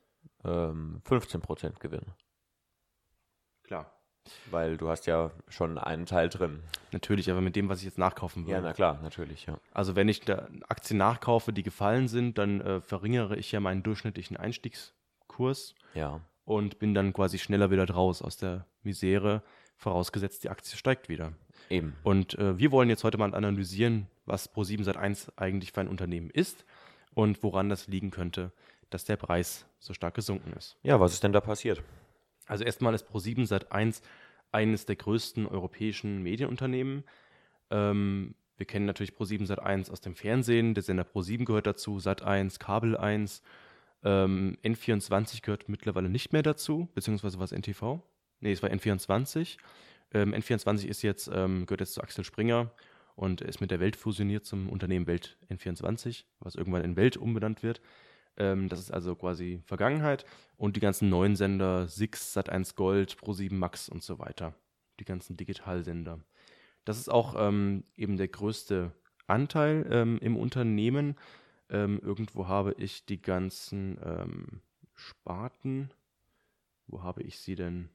Speaker 1: 15% Gewinn.
Speaker 2: Klar.
Speaker 1: Weil du hast ja schon einen Teil drin.
Speaker 2: Natürlich, aber mit dem, was ich jetzt nachkaufen
Speaker 1: Ja,
Speaker 2: würde.
Speaker 1: na klar, natürlich, ja.
Speaker 2: Also wenn ich da Aktien nachkaufe, die gefallen sind, dann verringere ich ja meinen durchschnittlichen Einstiegskurs
Speaker 1: Ja.
Speaker 2: und bin dann quasi schneller wieder draus aus der Misere, vorausgesetzt die Aktie steigt wieder.
Speaker 1: Eben.
Speaker 2: Und wir wollen jetzt heute mal analysieren, was Pro7 Sat.1 eigentlich für ein Unternehmen ist und woran das liegen könnte, dass der Preis so stark gesunken ist.
Speaker 1: Ja, was ist denn da passiert?
Speaker 2: Also erstmal ist Pro7 Sat.1 eines der größten europäischen Medienunternehmen. Wir kennen natürlich Pro7 Sat.1 aus dem Fernsehen, der Sender Pro7 gehört dazu, Sat.1, Kabel 1, N24 gehört mittlerweile nicht mehr dazu, beziehungsweise war es NTV? Nee, es war N24. N24 ist jetzt, gehört jetzt zu Axel Springer und ist mit der Welt fusioniert zum Unternehmen Welt N24, was irgendwann in Welt umbenannt wird. Das ist also quasi Vergangenheit und die ganzen neuen Sender, SIX, Sat.1 Gold, Pro7 Max und so weiter. Die ganzen Digitalsender. Das ist auch eben der größte Anteil im Unternehmen. Irgendwo habe ich die ganzen Sparten. Wo habe ich sie denn?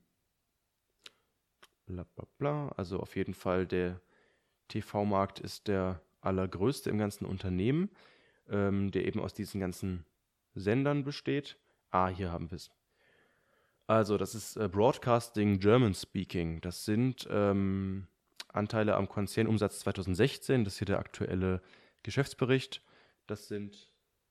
Speaker 2: Bla bla bla. Also auf jeden Fall der TV-Markt ist der allergrößte im ganzen Unternehmen, der eben aus diesen ganzen Sendern besteht. Hier haben wir es. Also das ist Broadcasting German Speaking. Das sind Anteile am Konzernumsatz 2016. Das ist hier der aktuelle Geschäftsbericht. Das sind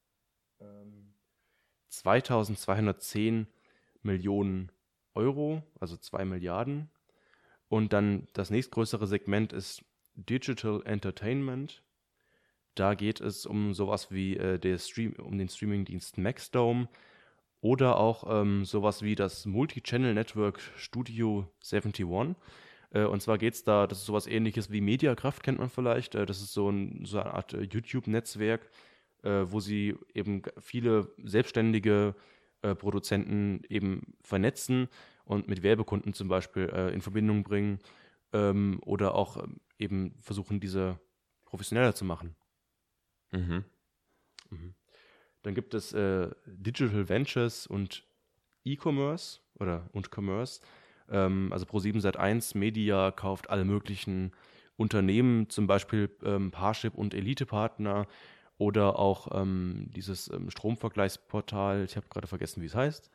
Speaker 2: 2210 Millionen Euro, also 2 Milliarden. Und dann das nächstgrößere Segment ist Digital Entertainment. Da geht es um sowas wie um den Streamingdienst Maxdome oder auch sowas wie das Multi-Channel Network Studio 71. Und zwar geht es da, das ist sowas ähnliches wie Mediakraft, kennt man vielleicht. Das ist so eine Art YouTube-Netzwerk, wo sie eben viele selbstständige Produzenten eben vernetzen und mit Werbekunden zum Beispiel in Verbindung bringen oder auch eben versuchen, diese professioneller zu machen.
Speaker 1: Mhm.
Speaker 2: Dann gibt es Digital Ventures und E-Commerce und Commerce. Also Pro7 Sat.1 Media kauft alle möglichen Unternehmen, zum Beispiel Parship und Elite-Partner oder auch dieses Stromvergleichsportal, ich habe gerade vergessen, wie es heißt.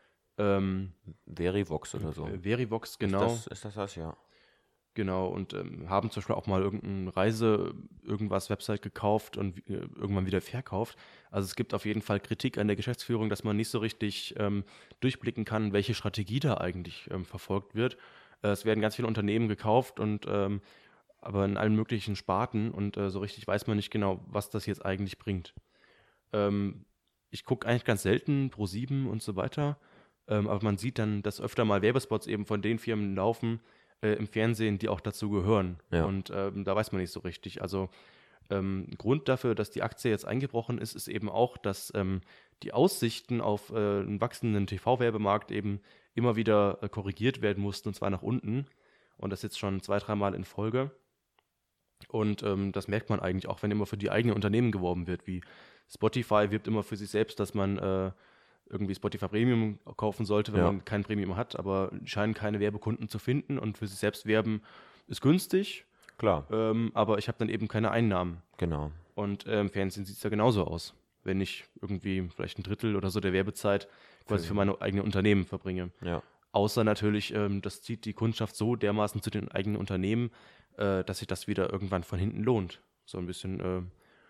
Speaker 1: Verivox oder so.
Speaker 2: Verivox, genau.
Speaker 1: Ist das, ja.
Speaker 2: Genau, und haben zum Beispiel auch mal irgendeine Website gekauft und irgendwann wieder verkauft. Also es gibt auf jeden Fall Kritik an der Geschäftsführung, dass man nicht so richtig durchblicken kann, welche Strategie da eigentlich verfolgt wird. Es werden ganz viele Unternehmen gekauft und aber in allen möglichen Sparten und so richtig weiß man nicht genau, was das jetzt eigentlich bringt. Ähm, Ich gucke eigentlich ganz selten Pro7 und so weiter, aber man sieht dann, dass öfter mal Werbespots eben von den Firmen laufen im Fernsehen, die auch dazu gehören.
Speaker 1: Ja.
Speaker 2: Und da weiß man nicht so richtig. Also Grund dafür, dass die Aktie jetzt eingebrochen ist, ist eben auch, dass die Aussichten auf einen wachsenden TV-Werbemarkt eben immer wieder korrigiert werden mussten, und zwar nach unten. Und das jetzt schon 2, 3 Mal in Folge. Und das merkt man eigentlich auch, wenn immer für die eigenen Unternehmen geworben wird, wie Spotify wirbt immer für sich selbst, dass man irgendwie Spotify Premium kaufen sollte, wenn
Speaker 1: Ja.
Speaker 2: man kein Premium hat, aber scheinen keine Werbekunden zu finden und für sich selbst werben ist günstig,
Speaker 1: Klar,
Speaker 2: aber ich habe dann eben keine Einnahmen.
Speaker 1: genau.
Speaker 2: Und im Fernsehen sieht es ja genauso aus, wenn ich irgendwie vielleicht ein Drittel oder so der Werbezeit quasi für meine eigenen Unternehmen verbringe.
Speaker 1: Ja.
Speaker 2: Außer natürlich, das zieht die Kundschaft so dermaßen zu den eigenen Unternehmen, dass sich das wieder irgendwann von hinten lohnt. So ein bisschen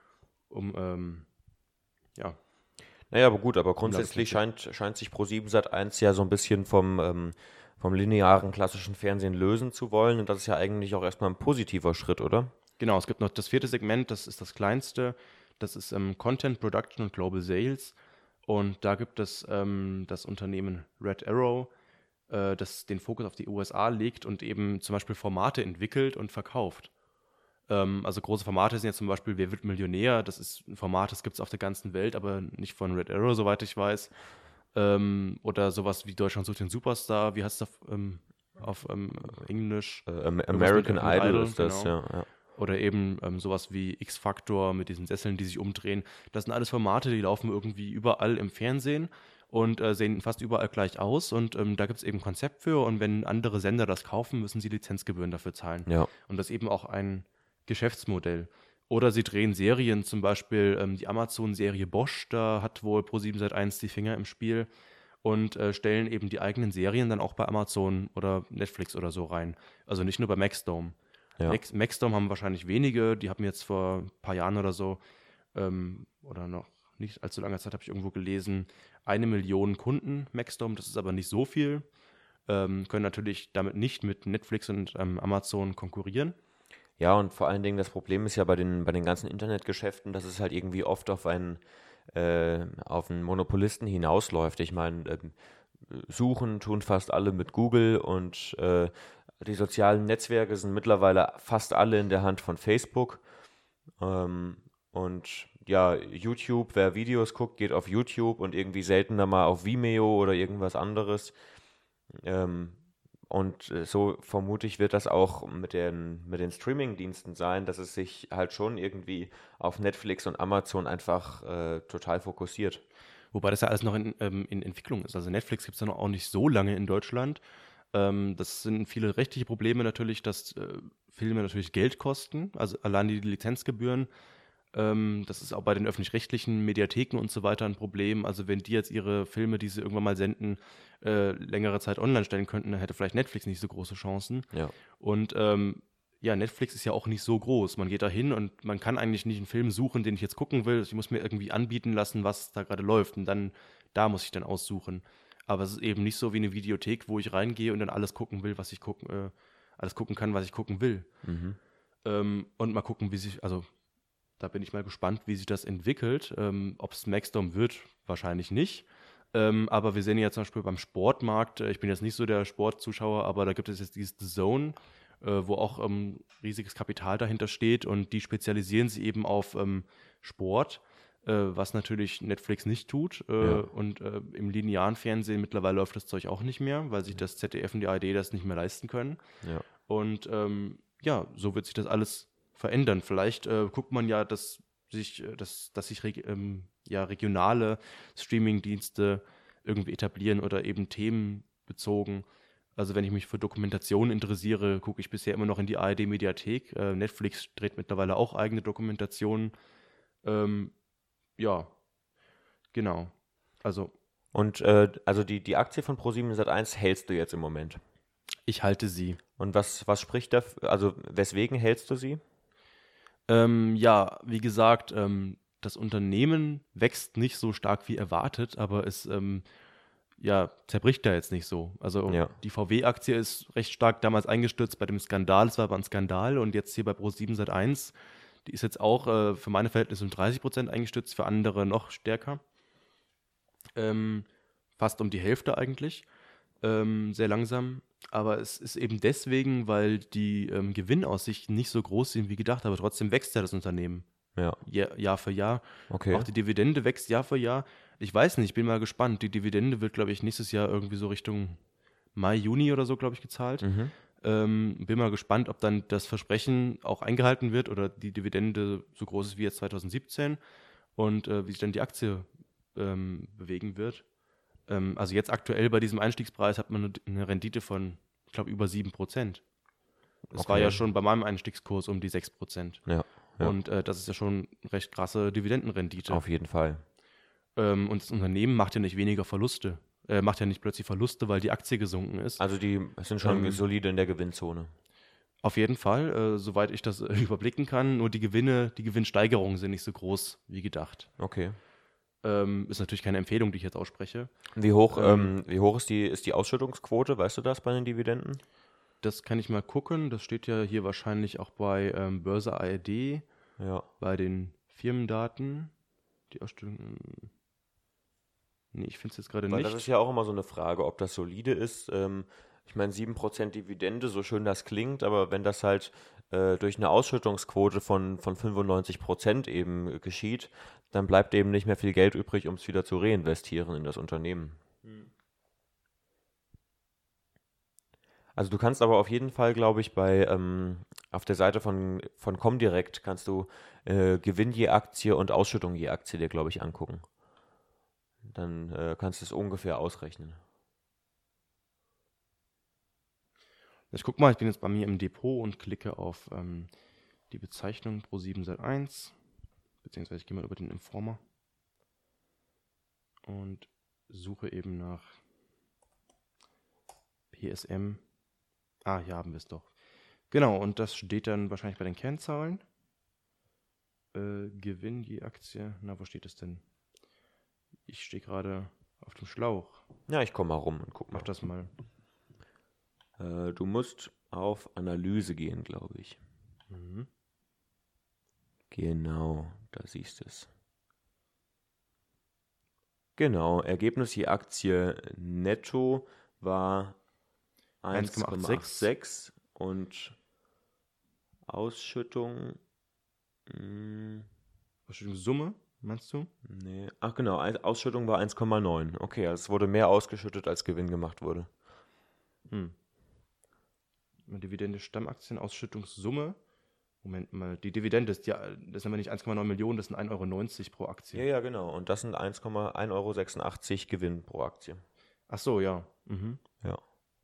Speaker 2: ja.
Speaker 1: Naja, aber gut, aber grundsätzlich
Speaker 2: Umlageprinzip.
Speaker 1: scheint sich Pro7 Sat.1 ja so ein bisschen vom linearen klassischen Fernsehen lösen zu wollen. Und das ist ja eigentlich auch erstmal ein positiver Schritt, oder?
Speaker 2: Genau, es gibt noch das 4. Segment, das ist das kleinste. Das ist Content Production und Global Sales. Und da gibt es das Unternehmen Red Arrow, das den Fokus auf die USA legt und eben zum Beispiel Formate entwickelt und verkauft. Also große Formate sind jetzt zum Beispiel Wer wird Millionär? Das ist ein Format, das gibt es auf der ganzen Welt, aber nicht von Red Arrow, soweit ich weiß. Oder sowas wie Deutschland sucht den Superstar. Wie heißt das auf Englisch? Irgendwas
Speaker 1: American
Speaker 2: mit
Speaker 1: Idol ist das,
Speaker 2: genau.
Speaker 1: ja.
Speaker 2: Oder eben sowas wie X-Factor mit diesen Sesseln, die sich umdrehen. Das sind alles Formate, die laufen irgendwie überall im Fernsehen und sehen fast überall gleich aus. Und da gibt es eben ein Konzept für. Und wenn andere Sender das kaufen, müssen sie Lizenzgebühren dafür zahlen.
Speaker 1: Ja.
Speaker 2: Und das ist eben auch ein Geschäftsmodell. Oder sie drehen Serien, zum Beispiel die Amazon-Serie Bosch, da hat wohl Pro7 Sat.1 die Finger im Spiel und stellen eben die eigenen Serien dann auch bei Amazon oder Netflix oder so rein. Also nicht nur bei Maxdome.
Speaker 1: Ja.
Speaker 2: Maxdome haben wahrscheinlich wenige, die haben jetzt vor ein paar Jahren oder so, oder noch nicht allzu langer Zeit habe ich irgendwo gelesen, 1 Million Kunden Maxdome, das ist aber nicht so viel, können natürlich damit nicht mit Netflix und Amazon konkurrieren.
Speaker 1: Ja, und vor allen Dingen das Problem ist ja bei den ganzen Internetgeschäften, dass es halt irgendwie oft auf einen Monopolisten hinausläuft. Ich meine, suchen tun fast alle mit Google und die sozialen Netzwerke sind mittlerweile fast alle in der Hand von Facebook. Und ja, YouTube, wer Videos guckt, geht auf YouTube und irgendwie seltener mal auf Vimeo oder irgendwas anderes. Ähm, und so vermute ich, wird das auch mit den Streaming-Diensten sein, dass es sich halt schon irgendwie auf Netflix und Amazon einfach total fokussiert.
Speaker 2: Wobei das ja alles noch in Entwicklung ist. Also Netflix gibt es ja noch auch nicht so lange in Deutschland. Das sind viele rechtliche Probleme natürlich, dass Filme natürlich Geld kosten, also allein die Lizenzgebühren. Das ist auch bei den öffentlich-rechtlichen Mediatheken und so weiter ein Problem. Also wenn die jetzt ihre Filme, die sie irgendwann mal senden, längere Zeit online stellen könnten, dann hätte vielleicht Netflix nicht so große Chancen.
Speaker 1: Ja,
Speaker 2: Und ja, Netflix ist ja auch nicht so groß. Man geht da hin und man kann eigentlich nicht einen Film suchen, den ich jetzt gucken will. Ich muss mir irgendwie anbieten lassen, was da gerade läuft. Und dann, da muss ich dann aussuchen. Aber es ist eben nicht so wie eine Videothek, wo ich reingehe und dann alles gucken will, alles gucken kann, was ich gucken will. Und mal gucken, wie sich, also da bin ich mal gespannt, wie sich das entwickelt. Ob es Maxdome wird, wahrscheinlich nicht. Aber wir sehen ja zum Beispiel beim Sportmarkt, ich bin jetzt nicht so der Sportzuschauer, aber da gibt es jetzt dieses The Zone, wo auch riesiges Kapital dahinter steht und die spezialisieren sich eben auf Sport, was natürlich Netflix nicht tut.
Speaker 1: Ja.
Speaker 2: Und im linearen Fernsehen mittlerweile läuft das Zeug auch nicht mehr, weil sich das ZDF und die ARD das nicht mehr leisten können.
Speaker 1: ja.
Speaker 2: Und ja, so wird sich das alles verändern. Vielleicht guckt man ja, dass sich ja, regionale Streaming-Dienste irgendwie etablieren oder eben themenbezogen. Also wenn ich mich für Dokumentation interessiere, gucke ich bisher immer noch in die ARD-Mediathek. Netflix dreht mittlerweile auch eigene Dokumentationen. Ähm, ja, genau. Also
Speaker 1: Und also die Aktie von ProSiebenSat.1 hältst du jetzt im Moment.
Speaker 2: ich halte sie.
Speaker 1: Und was spricht dafür, also weswegen hältst du sie?
Speaker 2: Ja, wie gesagt, das Unternehmen wächst nicht so stark wie erwartet, aber es ja, zerbricht da jetzt nicht so. Also
Speaker 1: Ja,
Speaker 2: die VW-Aktie ist recht stark damals eingestürzt bei dem Skandal. Es war aber ein Skandal und jetzt hier bei Pro7 Sat.1, die ist jetzt auch für meine Verhältnisse um 30% eingestürzt, für andere noch stärker. Ähm, Fast um die Hälfte eigentlich. Sehr langsam. Aber es ist eben deswegen, weil die Gewinnaussichten nicht so groß sind wie gedacht, aber trotzdem wächst ja das Unternehmen
Speaker 1: ja,
Speaker 2: Jahr für Jahr. Auch
Speaker 1: okay.
Speaker 2: die Dividende wächst Jahr für Jahr. Ich weiß nicht, ich bin mal gespannt. Die Dividende wird, glaube ich, nächstes Jahr irgendwie so Richtung Mai, Juni oder so, glaube ich, gezahlt.
Speaker 1: Mhm.
Speaker 2: Bin mal gespannt, ob dann das Versprechen auch eingehalten wird oder die Dividende so groß ist wie jetzt 2017 und wie sich dann die Aktie bewegen wird. Also jetzt aktuell bei diesem Einstiegspreis hat man eine Rendite von, ich glaube, über 7%. Es war
Speaker 1: Okay.
Speaker 2: ja schon bei meinem Einstiegskurs um die 6%.
Speaker 1: Ja, ja,
Speaker 2: Und das ist ja schon recht krasse Dividendenrendite.
Speaker 1: auf jeden Fall.
Speaker 2: Und das Unternehmen macht ja nicht weniger Verluste. Macht ja nicht plötzlich Verluste, weil die Aktie gesunken ist.
Speaker 1: Also die sind schon
Speaker 2: Ähm,
Speaker 1: solide in der Gewinnzone.
Speaker 2: Auf jeden Fall, soweit ich das überblicken kann. Nur die Gewinnsteigerungen sind nicht so groß wie gedacht.
Speaker 1: Okay.
Speaker 2: Ist natürlich keine Empfehlung, die ich jetzt ausspreche.
Speaker 1: Wie hoch ist die Ausschüttungsquote? Weißt du das bei den Dividenden?
Speaker 2: Das kann ich mal gucken. Das steht ja hier wahrscheinlich auch bei Börse ARD,
Speaker 1: Ja.
Speaker 2: bei den Firmendaten. Die Ausstellung. Nee, ich finde es jetzt gerade
Speaker 1: Weil das ist
Speaker 2: nicht.
Speaker 1: ja auch immer so eine Frage, ob das solide ist. Ich meine, 7% Dividende, so schön das klingt, aber wenn das halt durch eine Ausschüttungsquote von 95% eben geschieht, dann bleibt eben nicht mehr viel Geld übrig, um es wieder zu reinvestieren in das Unternehmen. Also du kannst aber auf jeden Fall, glaube ich, auf der Seite von Comdirect kannst du Gewinn je Aktie und Ausschüttung je Aktie dir, glaube ich, angucken. Dann kannst du es ungefähr ausrechnen.
Speaker 2: Ich guck mal, ich bin jetzt bei mir im Depot und klicke auf die Bezeichnung Pro7 Sat.1, beziehungsweise ich gehe mal über den Informer und suche eben nach PSM. Ah, hier haben wir es doch. Genau, und das steht dann wahrscheinlich bei den Kennzahlen. Gewinn je Aktie. Na, wo steht es denn? Ich stehe gerade auf dem Schlauch.
Speaker 1: Ja, ich komme mal rum und guck mal.
Speaker 2: Mach das mal.
Speaker 1: Du musst auf Analyse gehen, glaube ich.
Speaker 2: Mhm.
Speaker 1: Genau, da siehst du es. Genau, Ergebnis je Aktie netto war 1,86 und Ausschüttung,
Speaker 2: Ausschüttungssumme, meinst du?
Speaker 1: nee, ach genau, Ausschüttung war 1,9. Okay, also es wurde mehr ausgeschüttet, als Gewinn gemacht wurde.
Speaker 2: Dividende, Stammaktien, Ausschüttungssumme. Moment mal, die Dividende ist ja, das sind aber nicht 1,9 Millionen, das sind 1,90 € pro Aktie.
Speaker 1: Ja, genau, und das sind 1,86 € Gewinn pro Aktie.
Speaker 2: Ach so, ja. Mhm.
Speaker 1: Ja.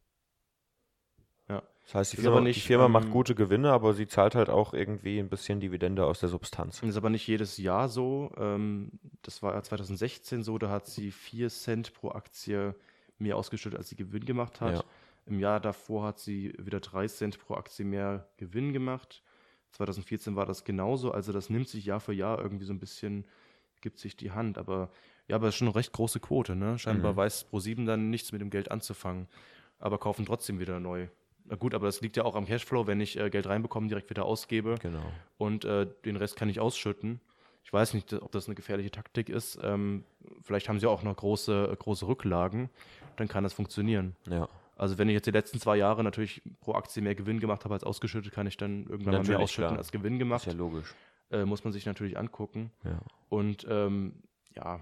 Speaker 2: Ja.
Speaker 1: Das heißt,
Speaker 2: Ist aber nicht,
Speaker 1: die Firma macht gute Gewinne, aber sie zahlt halt auch irgendwie ein bisschen Dividende aus der Substanz.
Speaker 2: Ist aber nicht jedes Jahr so. Das war ja 2016 so, da hat sie 4 Cent pro Aktie mehr ausgeschüttet, als sie Gewinn gemacht hat.
Speaker 1: Ja.
Speaker 2: Im Jahr davor hat sie wieder 3 Cent pro Aktie mehr Gewinn gemacht. 2014 war das genauso, also das nimmt sich Jahr für Jahr irgendwie so ein bisschen, gibt sich die Hand. Aber ja, aber es ist schon eine recht große Quote, ne? Scheinbar weiß ProSieben dann nichts mit dem Geld anzufangen, aber kaufen trotzdem wieder neu. Na gut, aber das liegt ja auch am Cashflow, wenn ich Geld reinbekomme, direkt wieder ausgebe
Speaker 1: Genau.
Speaker 2: und den Rest kann ich ausschütten. Ich weiß nicht, ob das eine gefährliche Taktik ist. Vielleicht haben sie auch noch große Rücklagen, dann kann das funktionieren.
Speaker 1: Ja.
Speaker 2: Also wenn ich jetzt die letzten 2 Jahre natürlich pro Aktie mehr Gewinn gemacht habe als ausgeschüttet, kann ich dann irgendwann mal mehr
Speaker 1: Natürlich,
Speaker 2: ausschütten
Speaker 1: klar.
Speaker 2: als Gewinn
Speaker 1: Ist
Speaker 2: gemacht.
Speaker 1: ja logisch.
Speaker 2: Muss man sich natürlich angucken.
Speaker 1: Ja.
Speaker 2: Und ja,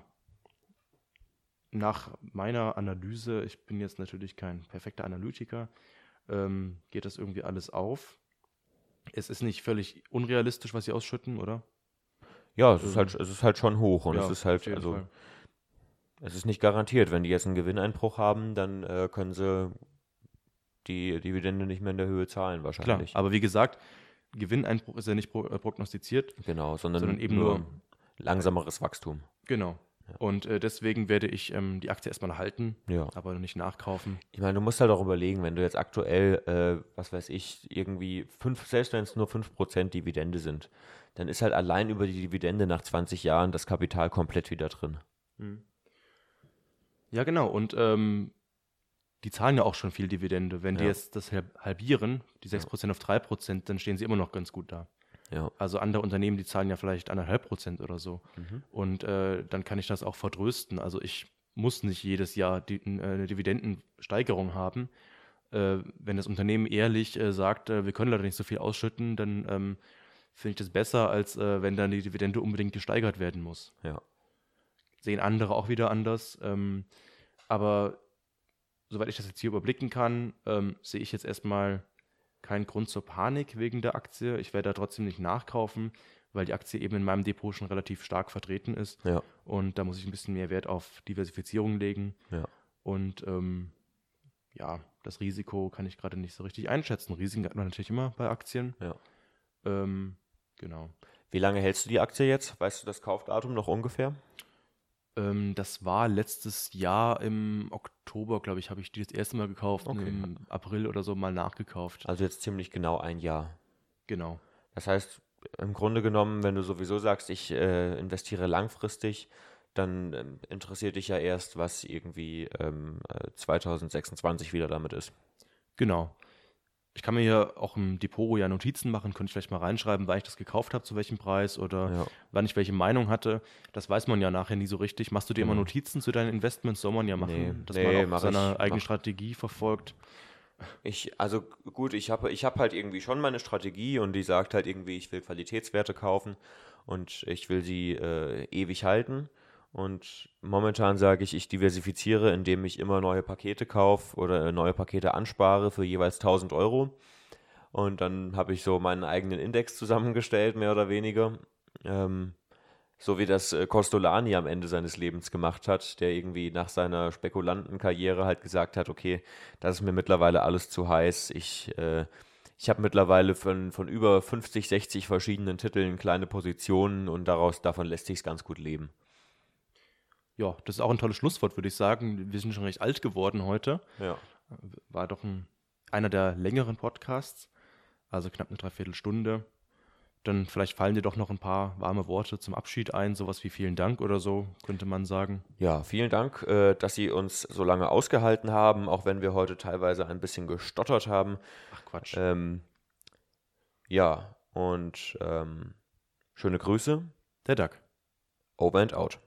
Speaker 2: nach meiner Analyse, ich bin jetzt natürlich kein perfekter Analytiker, geht das irgendwie alles auf. Es ist nicht völlig unrealistisch, was sie ausschütten, oder?
Speaker 1: Ja, es ist halt schon hoch und
Speaker 2: Ja,
Speaker 1: es ist halt,
Speaker 2: auf jeden
Speaker 1: also
Speaker 2: Fall.
Speaker 1: es ist nicht garantiert. Wenn die jetzt einen Gewinneinbruch haben, dann können sie die Dividende nicht mehr in der Höhe zahlen
Speaker 2: Klar,
Speaker 1: wahrscheinlich.
Speaker 2: aber wie gesagt, Gewinneinbruch ist ja nicht prognostiziert,
Speaker 1: Genau,
Speaker 2: sondern eben nur
Speaker 1: Langsameres Wachstum.
Speaker 2: Genau.
Speaker 1: Ja.
Speaker 2: Und deswegen werde ich die Aktie erstmal halten,
Speaker 1: Ja.
Speaker 2: aber noch nicht nachkaufen.
Speaker 1: Ich meine, du musst halt auch überlegen, wenn du jetzt aktuell, was weiß ich, irgendwie selbst wenn es nur 5% Dividende sind, dann ist halt allein über die Dividende nach 20 Jahren das Kapital komplett wieder drin.
Speaker 2: Ja, genau. Und die zahlen ja auch schon viel Dividende. Wenn die
Speaker 1: Ja.
Speaker 2: jetzt das halbieren, die 6% auf 3%, dann stehen sie immer noch ganz gut da.
Speaker 1: Ja.
Speaker 2: Also andere Unternehmen, die zahlen ja vielleicht 1,5% oder so. Und dann kann ich das auch vertrösten. Also ich muss nicht jedes Jahr eine Dividendensteigerung haben. Wenn das Unternehmen ehrlich sagt, wir können leider nicht so viel ausschütten, dann finde ich das besser, als wenn dann die Dividende unbedingt gesteigert werden muss.
Speaker 1: Ja.
Speaker 2: Sehen andere auch wieder anders. Aber soweit ich das jetzt hier überblicken kann, sehe ich jetzt erstmal keinen Grund zur Panik wegen der Aktie. Ich werde da trotzdem nicht nachkaufen, weil die Aktie eben in meinem Depot schon relativ stark vertreten ist.
Speaker 1: Ja.
Speaker 2: Und da muss ich ein bisschen mehr Wert auf Diversifizierung legen.
Speaker 1: Ja.
Speaker 2: Und ja, das Risiko kann ich gerade nicht so richtig einschätzen. Risiken hat man natürlich immer bei Aktien.
Speaker 1: Ja.
Speaker 2: Genau.
Speaker 1: Wie lange hältst du die Aktie jetzt? Weißt du das Kaufdatum noch ungefähr?
Speaker 2: Das war letztes Jahr im Oktober, glaube ich, habe ich die das erste Mal gekauft.
Speaker 1: Okay.
Speaker 2: Im April oder so mal nachgekauft.
Speaker 1: Also jetzt ziemlich genau ein Jahr.
Speaker 2: Genau.
Speaker 1: Das heißt, im Grunde genommen, wenn du sowieso sagst, ich investiere langfristig, dann interessiert dich ja erst, was irgendwie 2026 wieder damit ist.
Speaker 2: Genau. Ich kann mir hier auch im Depot ja Notizen machen, könnte ich vielleicht mal reinschreiben, wann ich das gekauft habe, zu welchem Preis oder
Speaker 1: Ja.
Speaker 2: wann ich welche Meinung hatte. Das weiß man ja nachher nie so richtig. Machst du dir immer
Speaker 1: Genau.
Speaker 2: Notizen zu deinen Investments? Soll man ja machen,
Speaker 1: Nee,
Speaker 2: dass
Speaker 1: nee,
Speaker 2: man
Speaker 1: mach
Speaker 2: auch seine
Speaker 1: ich-
Speaker 2: eigene
Speaker 1: mach-
Speaker 2: Strategie verfolgt.
Speaker 1: Also gut, ich hab halt irgendwie schon meine Strategie und die sagt halt irgendwie, ich will Qualitätswerte kaufen und ich will sie ewig halten. Und momentan sage ich diversifiziere, indem ich immer neue Pakete kaufe oder neue Pakete anspare für jeweils 1000 Euro. Und dann habe ich so meinen eigenen Index zusammengestellt, mehr oder weniger. So wie das Costolani am Ende seines Lebens gemacht hat, der irgendwie nach seiner Spekulantenkarriere halt gesagt hat, okay, das ist mir mittlerweile alles zu heiß. Ich habe mittlerweile von über 50, 60 verschiedenen Titeln kleine Positionen und davon lässt sich es ganz gut leben.
Speaker 2: Ja, das ist auch ein tolles Schlusswort, würde ich sagen. Wir sind schon recht alt geworden heute.
Speaker 1: Ja.
Speaker 2: War doch einer der längeren Podcasts, also knapp eine Dreiviertelstunde. Dann vielleicht fallen dir doch noch ein paar warme Worte zum Abschied ein, sowas wie vielen Dank oder so, könnte man sagen.
Speaker 1: Ja, vielen Dank, dass Sie uns so lange ausgehalten haben, auch wenn wir heute teilweise ein bisschen gestottert haben.
Speaker 2: Ach Quatsch.
Speaker 1: Ja, und schöne Grüße.
Speaker 2: Der Duck.
Speaker 1: Over and out.